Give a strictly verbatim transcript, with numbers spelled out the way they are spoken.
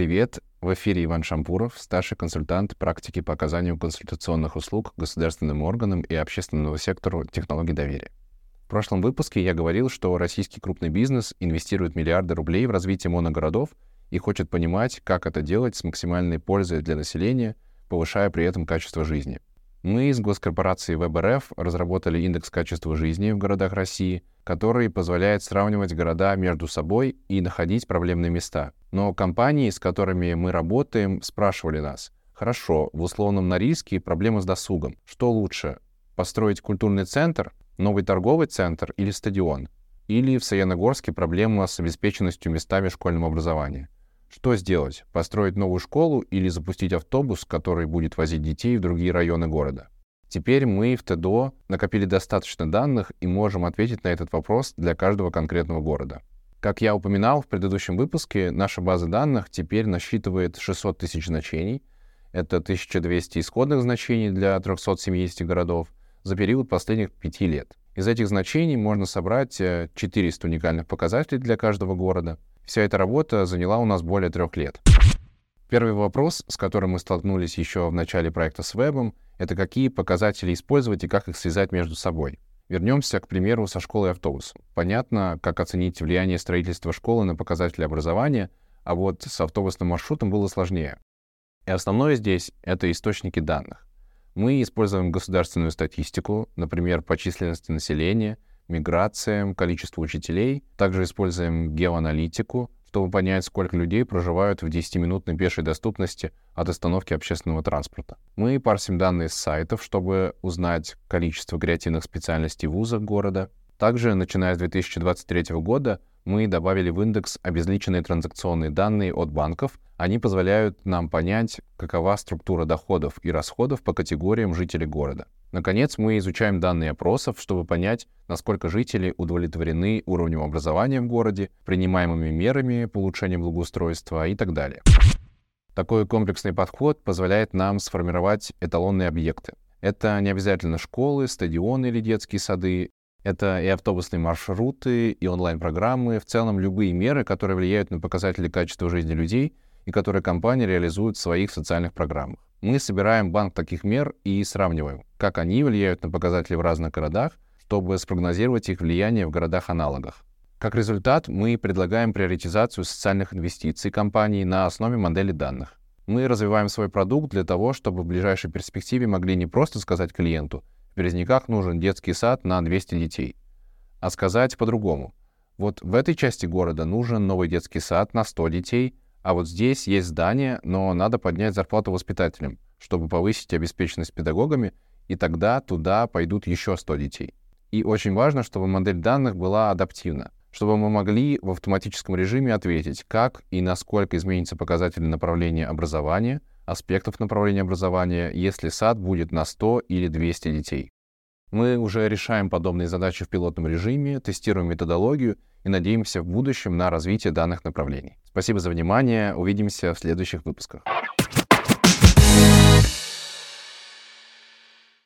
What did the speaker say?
Привет! В эфире Иван Шампуров, старший консультант практики по оказанию консультационных услуг государственным органам и общественному сектору технологий доверия. В прошлом выпуске я говорил, что российский крупный бизнес инвестирует миллиарды рублей в развитие моногородов и хочет понимать, как это делать с максимальной пользой для населения, повышая при этом качество жизни. Мы из госкорпорации ВЭБ-РФ разработали индекс качества жизни в городах России, который позволяет сравнивать города между собой и находить проблемные места. Но компании, с которыми мы работаем, спрашивали нас: хорошо, в условном Норильске проблемы с досугом. Что лучше, построить культурный центр, новый торговый центр или стадион? Или в Саяногорске проблема с обеспеченностью местами школьного образования? Что сделать? Построить новую школу или запустить автобус, который будет возить детей в другие районы города? Теперь мы в ТДО накопили достаточно данных и можем ответить на этот вопрос для каждого конкретного города. Как я упоминал в предыдущем выпуске, наша база данных теперь насчитывает шестьсот тысяч значений. Это тысяча двести исходных значений для трехсот семидесяти городов за период последних пяти лет. Из этих значений можно собрать четыреста уникальных показателей для каждого города. Вся эта работа заняла у нас более трех лет. Первый вопрос, с которым мы столкнулись еще в начале проекта с вебом, это какие показатели использовать и как их связать между собой. Вернемся, к примеру, со школой и автобусом. Понятно, как оценить влияние строительства школы на показатели образования, а вот с автобусным маршрутом было сложнее. И основное здесь — это источники данных. Мы используем государственную статистику, например, по численности населения, миграциям, количеству учителей. Также используем геоаналитику, чтобы понять, сколько людей проживают в десятиминутной пешей доступности от остановки общественного транспорта. Мы парсим данные с сайтов, чтобы узнать количество креативных специальностей в вузах города. Также, начиная с две тысячи двадцать третьего года, мы добавили в индекс обезличенные транзакционные данные от банков. Они позволяют нам понять, какова структура доходов и расходов по категориям жителей города. Наконец, мы изучаем данные опросов, чтобы понять, насколько жители удовлетворены уровнем образования в городе, принимаемыми мерами по улучшению благоустройства и так далее. Такой комплексный подход позволяет нам сформировать эталонные объекты. Это не обязательно школы, стадионы или детские сады. Это и автобусные маршруты, и онлайн-программы, в целом любые меры, которые влияют на показатели качества жизни людей и которые компании реализуют в своих социальных программах. Мы собираем банк таких мер и сравниваем, как они влияют на показатели в разных городах, чтобы спрогнозировать их влияние в городах-аналогах. Как результат, мы предлагаем приоритизацию социальных инвестиций компаний на основе модели данных. Мы развиваем свой продукт для того, чтобы в ближайшей перспективе могли не просто сказать клиенту: в Березниках нужен детский сад на двести детей, а сказать по-другому: вот в этой части города нужен новый детский сад на сто детей, а вот здесь есть здание, но надо поднять зарплату воспитателям, чтобы повысить обеспеченность педагогами, и тогда туда пойдут еще сто детей. И очень важно, чтобы модель данных была адаптивна, чтобы мы могли в автоматическом режиме ответить, как и насколько изменится показатель направления образования, аспектов направления образования, если сад будет на сто или двести детей. Мы уже решаем подобные задачи в пилотном режиме, тестируем методологию и надеемся в будущем на развитие данных направлений. Спасибо за внимание, увидимся в следующих выпусках.